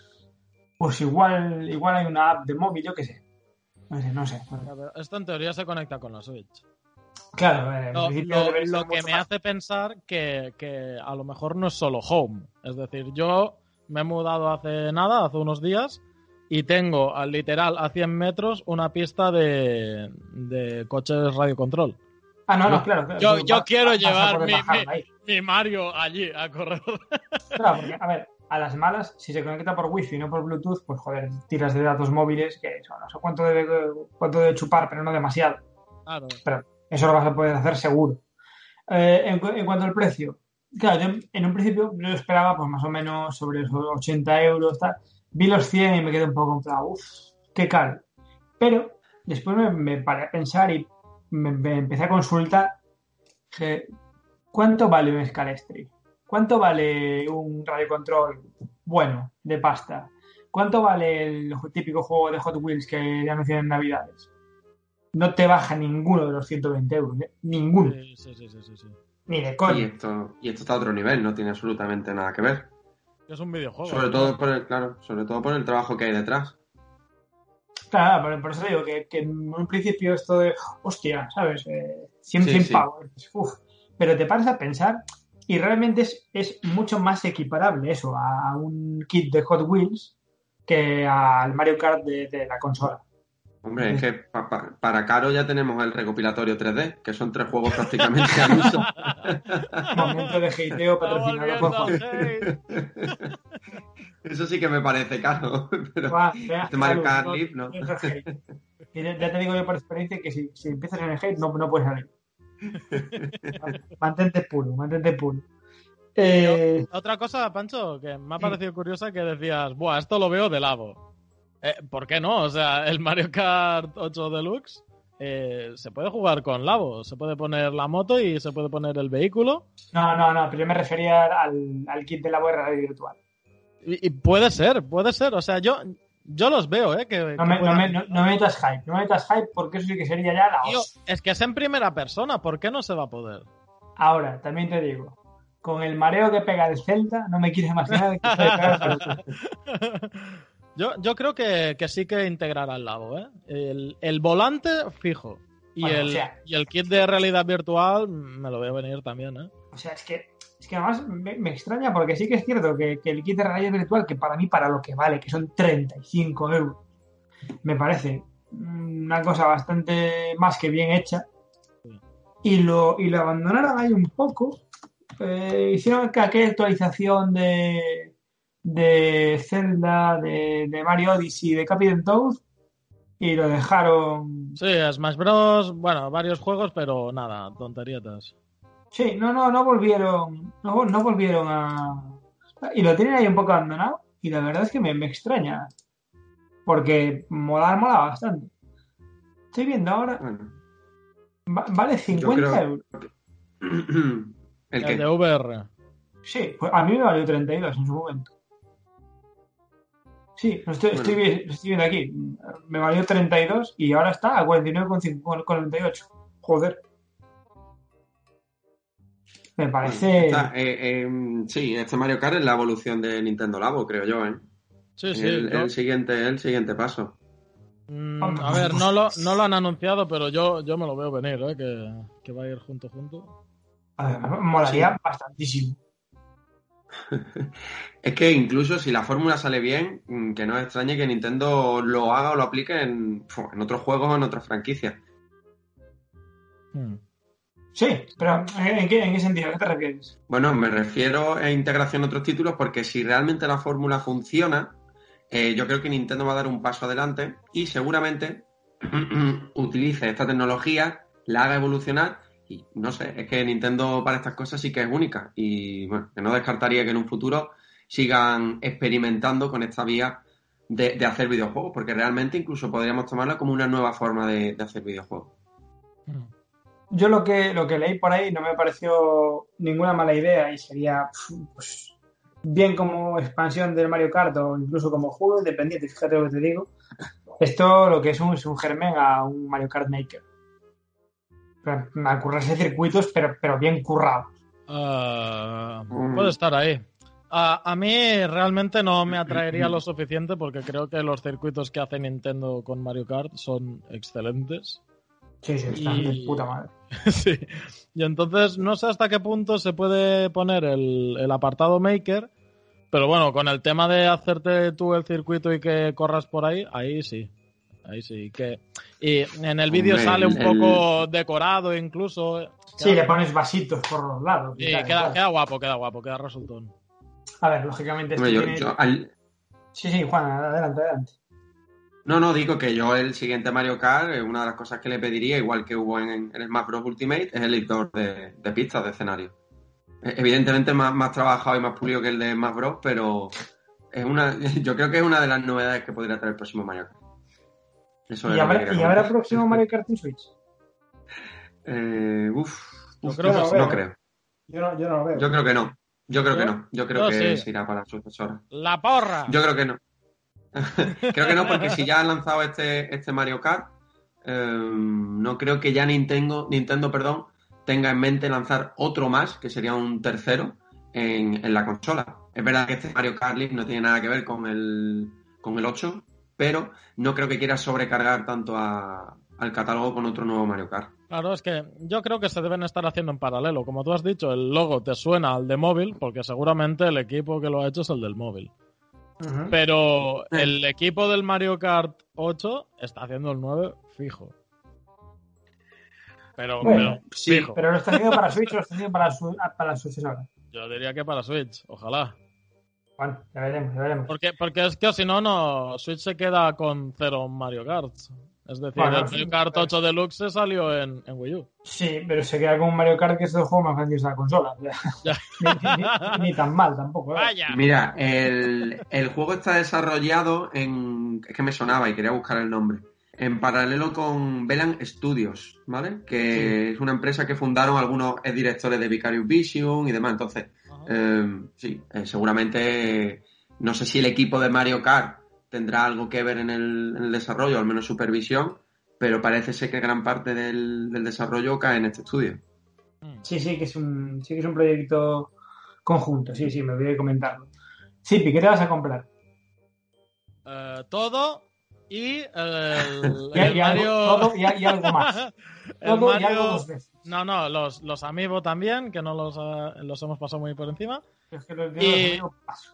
pues igual igual hay una app de móvil, yo qué sé. No sé, no sé.
Esto en teoría se conecta con la Switch.
Claro, en
lo,
principio
lo,
debería
lo
ser
que
mucho
me
más.
hace pensar que, que a lo mejor no es solo Home. Es decir, yo me he mudado hace nada, hace unos días, y tengo al literal a cien metros una pista de, de coches radiocontrol.
Ah, no, no, claro. claro
Yo,
tú
yo
vas-
quiero
vas a
llevar
poder
mi,
bajarla
mi,
ahí.
mi Mario allí a correr.
Claro, porque, a ver, a las malas, si se conecta por Wi-Fi y no por Bluetooth, pues joder, tiras de datos móviles, que eso, no sé cuánto debe, cuánto debe chupar, pero no demasiado.
Claro.
Pero eso lo vas a poder hacer seguro. Eh, en, cu- en cuanto al precio, claro, yo en un principio yo esperaba pues más o menos sobre los ochenta euros, tal. Vi los cien y me quedé un poco en plan, uff, qué caro. Pero después me, me paré a pensar y me, me empecé a consultar que, ¿cuánto vale un Scalestri? ¿Cuánto vale un radiocontrol bueno, de pasta? ¿Cuánto vale el típico juego de Hot Wheels que anuncian en Navidades? No te baja ninguno de los ciento veinte euros, ¿eh? Ninguno.
Sí, sí, sí, sí, sí, sí.
Ni de
Y
coña.
esto, y esto está a otro nivel, no tiene absolutamente nada que ver.
Es un videojuego.
Sobre todo por el, claro, sobre todo por el trabajo que hay detrás.
Claro, por, por eso digo que, que en un principio esto de, hostia, ¿sabes? Eh, cien,
Sí,
cien
sí.
pavos. Uf. Pero te paras a pensar y realmente es, es mucho más equiparable eso a un kit de Hot Wheels que al Mario Kart de, de la consola.
Hombre, es que pa- pa- para Caro ya tenemos el recopilatorio tres D, que son tres juegos prácticamente al uso.
Momento de hateo
Está
patrocinado por
volviendo
Juan.
hate.
Eso sí que me parece caro. Pero
Buah, vea,
este Mario
salud,
Kart
no-
Live, no.
no es el hate. Y ya ya te digo yo por experiencia que si, si empiezas en el hate no, no puedes salir. Mantente puro, mantente puro. Eh,
Otra cosa, Pancho, que me ha parecido curiosa, que decías, buah, esto lo veo de lado. Eh, ¿Por qué no? O sea, el Mario Kart ocho Deluxe eh, se puede jugar con Labo. Se puede poner la moto y se puede poner el vehículo.
no, no, no, pero yo me refería al, al kit de la web radio virtual.
Y, y puede ser, puede ser. O sea, yo, yo los veo, ¿eh? Que,
No
que
me, no,
puedan-
me, no, no me metas hype, no me metas hype porque eso sí que sería ya la
Tío,
hostia.
es que es en primera persona. ¿Por qué no se va a poder?
Ahora, también te digo, con el mareo que pega el Zelda, no me quieres imaginar que puede pegar el Zelda.
Yo, yo creo que, que sí que integrará el Labo, ¿eh? El, el volante, fijo. Y,
Bueno,
el,
o sea-
y el kit de realidad virtual me lo veo venir también, ¿eh?
O sea, es que, es que además me, me extraña porque sí que es cierto que, que el kit de realidad virtual, que para mí, para lo que vale, que son treinta y cinco euros, me parece una cosa bastante más que bien hecha. Y lo, y lo abandonaron ahí un poco. Eh, hicieron que aquella actualización de, de Zelda, de, de Mario Odyssey, de Captain Toad, y lo dejaron.
Sí, Smash Bros. Bueno, varios juegos, pero nada, tonterietas.
Sí, no, no, no volvieron. No, no volvieron a. Y lo tienen ahí un poco abandonado. Y la verdad es que me, me extraña. Porque molar mola bastante. Estoy viendo ahora.
Bueno,
va- vale cincuenta
creo-
euros.
¿El
El
qué?
de V R.
Sí, pues a mí me valió treinta y dos en su momento. Sí, lo estoy,
Bueno.
estoy, vi- lo estoy viendo aquí. Me valió treinta y dos y ahora está a cuarenta y nueve con cuarenta y ocho. Joder. Me parece.
Está, eh, eh, sí, este Mario Kart es la evolución de Nintendo Labo, creo yo, ¿eh?
Sí, sí.
el,
yo-
el siguiente, el siguiente paso.
Mm, a ver, no lo, no lo han anunciado, pero yo, yo me lo veo venir, ¿eh? Que, que va a ir junto junto.
A ver, me molaría sí. bastantísimo.
Es que incluso si la fórmula sale bien, que no extrañe que Nintendo lo haga o lo aplique en, en otros juegos o en otras franquicias.
Hmm. Sí, pero ¿en qué, ¿en qué sentido? ¿A qué te refieres?
Bueno, me refiero a integración de otros títulos porque si realmente la fórmula funciona, eh, yo creo que Nintendo va a dar un paso adelante y seguramente utilice esta tecnología, la haga evolucionar y no sé, es que Nintendo para estas cosas sí que es única y bueno, que no descartaría que en un futuro sigan experimentando con esta vía de, de hacer videojuegos, porque realmente incluso podríamos tomarla como una nueva forma de, de hacer videojuegos.
Yo lo que, lo que leí por ahí no me pareció ninguna mala idea y sería pues, bien como expansión del Mario Kart o incluso como juego independiente, fíjate lo que te digo. Esto lo que es un, es un germen a un Mario Kart Maker. A currarse circuitos, pero, pero bien currados.
Uh, mm. Puede estar ahí. Uh, a mí realmente no me atraería lo suficiente porque creo que los circuitos que hace Nintendo con Mario Kart son excelentes.
Sí, sí, están y... de puta madre.
Sí. Y entonces no sé hasta qué punto se puede poner el, el apartado Maker, pero bueno, con el tema de hacerte tú el circuito y que corras por ahí, ahí sí. Ahí sí. Que... Y en el vídeo sale un poco el... decorado incluso.
Sí, queda... le pones vasitos por los lados.
Y queda, queda, queda guapo, queda guapo, queda resultón.
A ver, lógicamente esto
yo,
tiene...
yo, al...
Sí, sí, Juan, adelante, adelante.
No, no, digo que yo el siguiente Mario Kart, una de las cosas que le pediría, igual que hubo en, en Smash Bros. Ultimate, es el editor de, de pistas, de escenario. Evidentemente más, más trabajado y más pulido que el de Smash Bros, pero es una, yo creo que es una de las novedades que podría traer el próximo Mario Kart.
Eso ¿Y habrá, ¿y habrá el próximo Mario Kart en Switch?
Eh, uf,
yo creo
no,
que
no creo.
Yo no, yo no lo veo.
Yo creo que no. Yo creo ¿Yo? que no. Yo creo
yo
que
sí.
se irá para la sucesora.
¡La porra!
Yo creo que no. Creo que no, porque si ya han lanzado este, este Mario Kart, eh, no creo que ya Nintendo, Nintendo perdón, tenga en mente lanzar otro más, que sería un tercero, en, en la consola. Es verdad que este Mario Kart League no tiene nada que ver con el, con el ocho, pero no creo que quiera sobrecargar tanto a, al catálogo con otro nuevo Mario Kart.
Claro, es que yo creo que se deben estar haciendo en paralelo. Como tú has dicho, el logo te suena al de móvil, porque seguramente el equipo que lo ha hecho es el del móvil. Uh-huh. Pero el equipo del Mario Kart ocho está haciendo el nueve fijo. Pero,
bueno,
pero
sí,
fijo.
Pero lo está haciendo para Switch o lo está haciendo para, su, para la sucesora.
Yo diría que para Switch, ojalá.
Bueno, ya veremos, ya veremos.
Porque, porque es que si no, no, Switch se queda con cero Mario Kart. Es decir, bueno, el Mario Kart ocho Deluxe se salió en, en Wii U.
Sí, pero se queda con un Mario Kart que es el juego más grande de la consola. Ya. ni, ni, ni tan mal tampoco. ¿eh?
Vaya.
Mira, el, el juego está desarrollado en... Es que me sonaba y quería buscar el nombre. En paralelo con Velan Studios, ¿vale? Que sí. Es una empresa que fundaron algunos directores de Vicarious Vision y demás. Entonces, uh-huh. eh, sí, eh, seguramente... No sé si el equipo de Mario Kart tendrá algo que ver en el, en el desarrollo, al menos supervisión, pero parece ser que gran parte del, del desarrollo cae en este estudio.
Sí, sí, que es un, sí que es un proyecto conjunto, sí, sí, me olvidé de comentarlo. Sí, ¿qué te vas a comprar?
Uh, todo y el,
y,
el
y
Mario...
Algo, todo y, y algo más.
El
todo
Mario...
y algo dos veces.
No, no, los, los Amiibo también, que no los, uh, los hemos pasado muy por encima.
Es que los,
y...
los paso.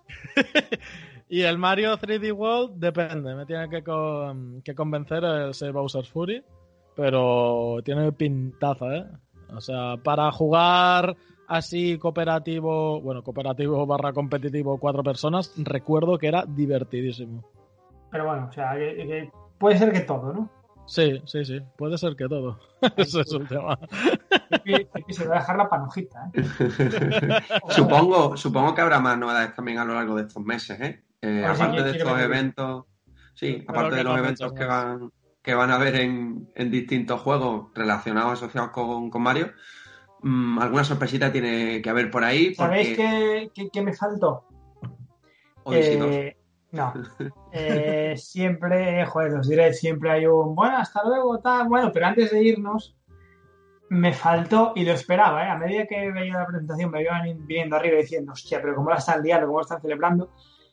Y el Mario tres D World depende, me tiene que, con, que convencer ese Bowser's Fury, pero tiene pintaza, ¿eh? O sea, para jugar así cooperativo, bueno, cooperativo barra competitivo cuatro personas, recuerdo que era divertidísimo.
Pero bueno, o sea, que, que puede ser que todo, ¿no?
Sí, sí, sí, puede ser que todo. Ese es el tema.
Que, que se va a dejar la panojita, ¿eh?
supongo, supongo que habrá más novedades también a lo largo de estos meses, ¿eh? Eh,
Pues
aparte
sí,
de estos
ver.
eventos, sí,
Pero
aparte
que
de los
no
eventos que
más.
van, que van a haber en, en distintos juegos relacionados, asociados con, con Mario, mmm, alguna sorpresita tiene que haber por ahí.
¿Sabéis qué, qué, qué me faltó?
Odyssey
eh, no. Eh, siempre, joder, os diré, siempre hay un bueno, hasta luego, tal, bueno, pero antes de irnos, me faltó, y lo esperaba, ¿eh? A medida que veía la presentación, me iban viniendo arriba diciendo, hostia, pero cómo la están liando, cómo la están celebrando,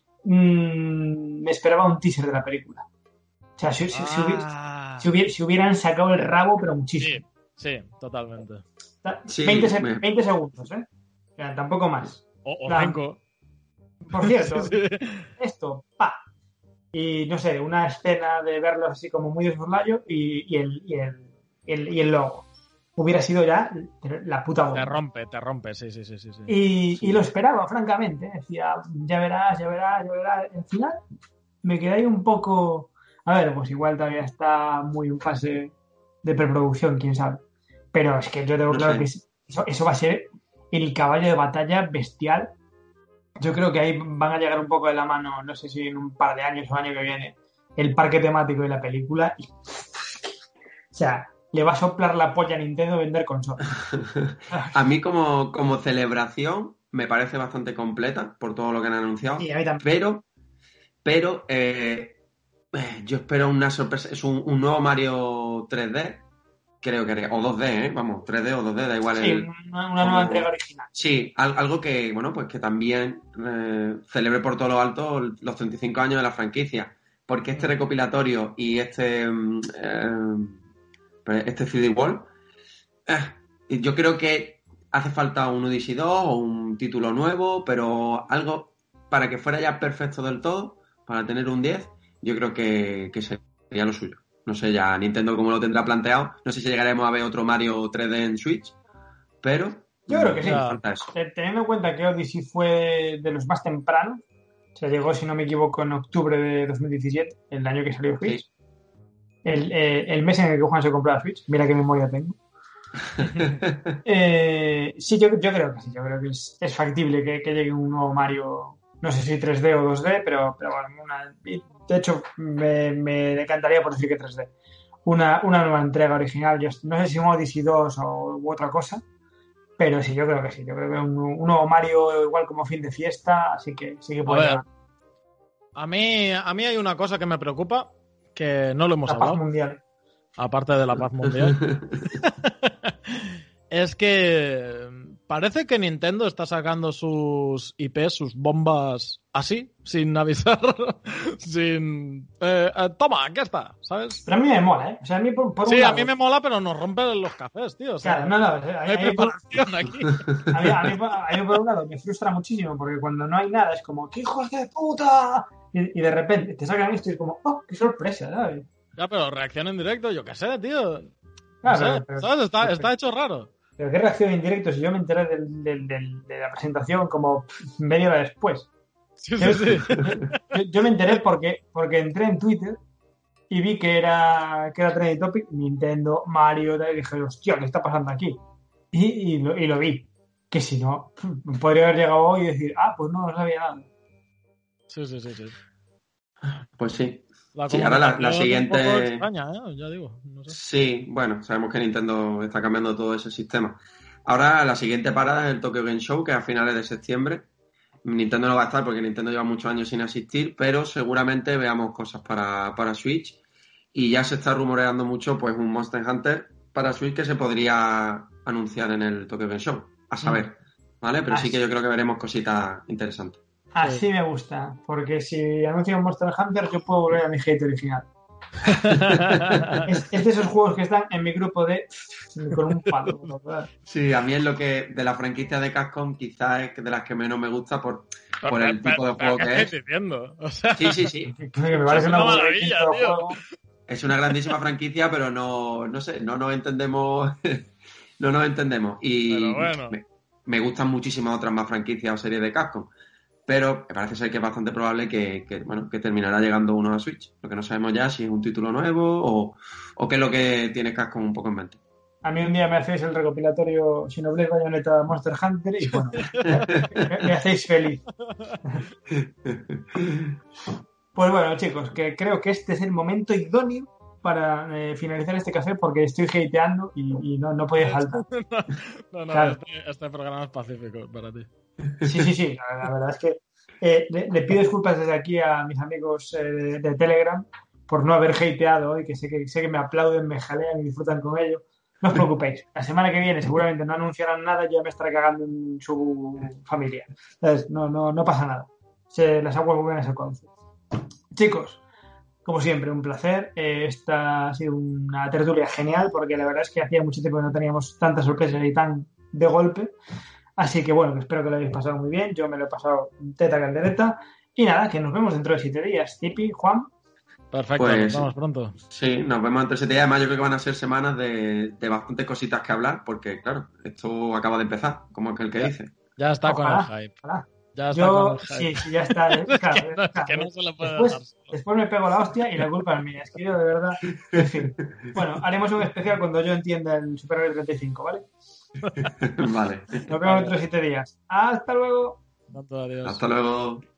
mmm, me esperaba un teaser de la película. O sea, si, si,
ah.
si, hubiera, si, hubiera, si hubieran sacado el rabo, pero muchísimo.
Sí, sí, totalmente.
Sí,
veinte, se-
me-
veinte segundos, ¿eh? O sea, tampoco más.
O, o
Plan,
cinco.
Por cierto,
Sí, sí.
esto, pa. Y no sé, una escena de verlos así como muy de soslayo y, y, el, y, el, y, el, y el logo. Hubiera sido ya la puta bomba.
Te rompe, te rompe, sí, sí, sí, sí. sí.
Y,
Sí.
y lo esperaba, francamente. Decía, ya verás, ya verás, ya verás. Al final me quedé ahí un poco. A ver, pues igual todavía está muy en fase de preproducción, quién sabe. Pero es que yo tengo
No
claro
sé.
que es- eso, eso va a ser el caballo de batalla bestial. Yo creo que ahí van a llegar un poco de la mano, no sé si en un par de años o año que viene, el parque temático de la película. Y, o sea, le va a soplar la polla a Nintendo vender consolas.
A mí como, como celebración me parece bastante completa por todo lo que han anunciado,
Y a mí también.
pero, pero eh, eh, yo espero una sorpresa, es un, un nuevo Mario tres D, creo que haré, o dos D, ¿eh? Vamos, tres D o dos D, da igual
Sí,
el...
una, una
como-
nueva entrega original.
Sí, al- algo que, bueno, pues que también eh, celebre por todo lo alto los treinta y cinco años de la franquicia, porque este recopilatorio y este mm, eh, este tres D World, eh, yo creo que hace falta un Odyssey dos o un título nuevo, pero algo para que fuera ya perfecto del todo, para tener un diez, yo creo que, que sería lo suyo. No sé ya Nintendo cómo lo tendrá planteado, no sé si llegaremos a ver otro Mario tres D en Switch, pero
Yo creo que sí.
mm, falta eso.
Te- Teniendo en cuenta que Odyssey fue de los más tempranos, o sea, llegó, si no me equivoco, en octubre de dos mil diecisiete, el año que salió Switch.
Sí.
El, eh, el mes en el que Juan se compró la Switch. Mira qué memoria tengo. Eh, sí, yo, yo creo que sí. Yo creo que es, es factible que, que llegue un nuevo Mario, no sé si tres D o dos D, pero, pero bueno, una- y de hecho me, me decantaría por decir que tres D. Una, una nueva entrega original. Yo no sé si un Odyssey dos o u otra cosa, pero sí, yo creo que sí. Yo creo que un, un nuevo Mario igual como fin de fiesta, así que sí que
A
puede
ver,
llegar.
a mí, a mí hay una cosa que me preocupa, que no lo hemos
La paz
hablado,
mundial.
aparte de la paz mundial. Es que parece que Nintendo está sacando sus I P, sus bombas así, sin avisar, sin... eh, eh, toma, aquí está, ¿sabes?
Pero a mí me mola, ¿eh? O sea, a mí por, por
Sí,
un
a
lado...
mí me mola, pero nos rompen los cafés, tío. O sea,
Claro, no, no.
no
A,
hay
a mí por,
preparación aquí.
a, mí, a, mí, a mí por un lado me frustra muchísimo porque cuando no hay nada es como ¡qué hijos de puta! Y, y de repente te sacan esto y es como ¡oh, qué sorpresa! ¿Sabes?
Ya, pero reacción en directo, yo qué sé, tío. No
Claro,
sé,
pero- pero-
¿sabes? Está,
pero-
está hecho raro.
Pero qué reacción en directo si yo me enteré del, del- del- de la presentación como pff, media hora después.
Sí, sí, sí.
Yo, yo me enteré porque, porque entré en Twitter y vi que era, que era trending topic, Nintendo, Mario, tal, y dije, hostia, ¿qué está pasando aquí? Y, y, lo, y lo vi. Que si no, pff, podría haber llegado hoy y decir, ah, pues no, no sabía nada.
Sí, sí, sí, sí.
Pues sí.
La
Sí, ahora la- la
comunicación
siguiente-
Un poco extraña, ¿eh? Ya digo, no sé.
Sí, bueno, sabemos que Nintendo está cambiando todo ese sistema. Ahora la siguiente parada es el Tokyo Game Show, que es a finales de septiembre. Nintendo no va a estar porque Nintendo lleva muchos años sin asistir, pero seguramente veamos cosas para, para Switch. Y ya se está rumoreando mucho pues un Monster Hunter para Switch que se podría anunciar en el Tokyo Game Show. A saber, ¿vale? Pero sí que yo creo que veremos cositas interesantes.
Así me gusta, porque si anuncio un Monster Hunter yo puedo volver a mi hate original. es, es de esos juegos que están en mi grupo de con un palo. ¿Verdad?
Sí, a mí es lo que de la franquicia de Capcom quizás es de las que menos me gusta por,
Pero,
por el
pero,
tipo de
pero,
juego
¿qué
que es.
estáis diciendo? O sea,
Sí, sí, sí.
Que me parece
Es una
una
maravilla,
aburrimiento
tío.
juego.
Es una grandísima franquicia, pero no, no sé, no nos entendemos. No nos entendemos. Y
Pero bueno.
me, me gustan muchísimas otras más franquicias o series de Capcom. Pero me parece ser que es bastante probable que, que, bueno, que terminará llegando uno a Switch. Lo que no sabemos ya si es un título nuevo o, o qué es lo que tiene Capcom un poco en mente.
A mí un día me hacéis el recopilatorio Xenoblade Bayonetta Monster Hunter y bueno, me, me hacéis feliz. Pues bueno, chicos, que creo que este es el momento idóneo para eh, finalizar este café porque estoy hateando y, y no, no podía faltar.
no, no,
Claro.
este, este programa es pacífico para ti.
Sí, sí, sí, la, la verdad es que eh, le, le pido disculpas desde aquí a mis amigos eh, de, de Telegram por no haber hateado hoy, que sé que sé que me aplauden, me jalean y disfrutan con ello. No os preocupéis, la semana que viene seguramente no anunciarán nada, yo ya me estaré cagando en su familia. Entonces, no, no, no pasa nada. Se, las aguas vuelven a ese cauce. Chicos, como siempre, un placer. Eh, esta ha sido una tertulia genial porque la verdad es que hacía mucho tiempo que no teníamos tantas sorpresas y tan de golpe. Así que bueno, espero que lo hayáis pasado muy bien. Yo me lo he pasado teta caldereta. Y nada, que nos vemos dentro de siete días. Tipi, Juan.
Perfecto,
Pues,
nos vemos pronto.
Sí, nos vemos entre siete días. Además, yo creo que van a ser semanas de, de bastantes cositas que hablar, porque, claro, esto acaba de empezar, como aquel que
ya,
dice.
Ya está
ojalá,
con el hype.
Ojalá.
Ya está
yo,
con el hype.
Sí, sí, ya está. Eh, claro,
es que no,
claro,
es que no se lo puede
después,
dejar solo.
después me pego la hostia y la culpa es mía. Es que yo, de verdad, en fin. Bueno, haremos un especial cuando yo entienda el Super Mario treinta y cinco, ¿vale?
Vale.
Nos vemos dentro de siete días. Hasta luego.
Tanto, adiós.
Hasta luego.